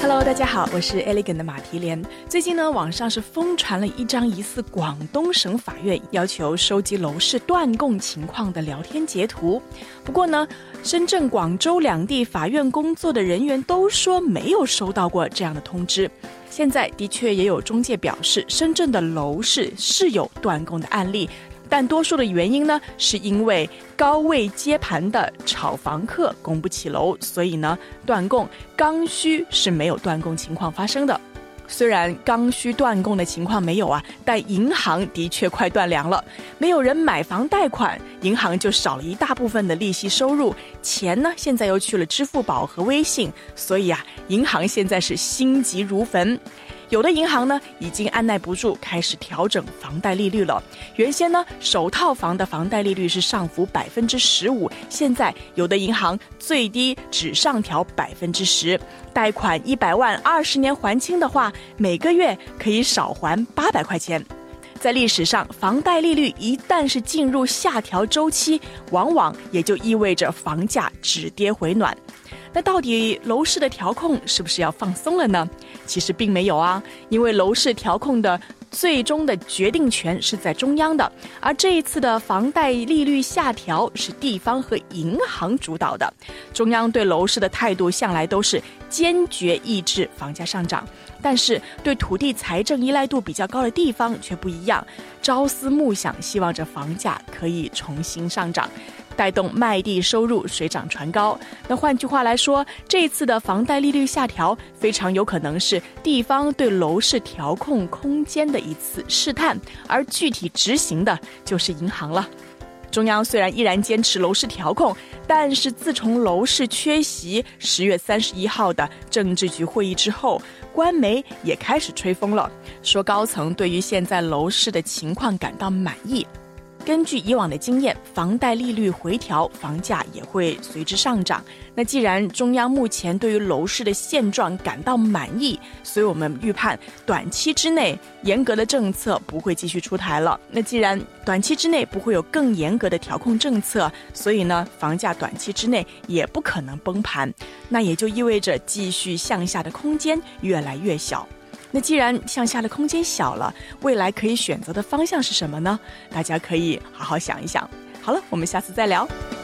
Hello， 大家好，我是 Elegant 的马蹄莲。最近呢，网上是疯传了一张疑似广东省法院要求收集楼市断供情况的聊天截图。不过呢，深圳、广州两地法院工作的人员都说没有收到过这样的通知。现在的确也有中介表示，深圳的楼市是有断供的案例，但多数的原因呢，是因为高位接盘的炒房客供不起楼，所以呢断供。刚需是没有断供情况发生的。虽然刚需断供的情况没有啊，但银行的确快断粮了。没有人买房贷款，银行就少了一大部分的利息收入，钱呢现在又去了支付宝和微信，所以啊，银行现在是心急如焚。有的银行呢已经按耐不住，开始调整房贷利率了。原先呢首套房的房贷利率是上浮15%，现在有的银行最低只上调10%，贷款100万20年还清的话，每个月可以少还800块钱。在历史上，房贷利率一旦是进入下调周期，往往也就意味着房价止跌回暖。那到底楼市的调控是不是要放松了呢？其实并没有啊，因为楼市调控的最终的决定权是在中央的，而这一次的房贷利率下调是地方和银行主导的。中央对楼市的态度向来都是坚决抑制房价上涨，但是对土地财政依赖度比较高的地方却不一样，朝思暮想，希望着房价可以重新上涨，带动卖地收入水涨船高。那换句话来说，这一次的房贷利率下调非常有可能是地方对楼市调控空间的一次试探，而具体执行的就是银行了。中央虽然依然坚持楼市调控，但是自从楼市缺席10月31号的政治局会议之后，官媒也开始吹风了，说高层对于现在楼市的情况感到满意。根据以往的经验，房贷利率回调，房价也会随之上涨。那既然中央目前对于楼市的现状感到满意，所以我们预判短期之内严格的政策不会继续出台了。那既然短期之内不会有更严格的调控政策，所以呢，房价短期之内也不可能崩盘。那也就意味着继续向下的空间越来越小。那既然向下的空间小了，未来可以选择的方向是什么呢？大家可以好好想一想。好了，我们下次再聊。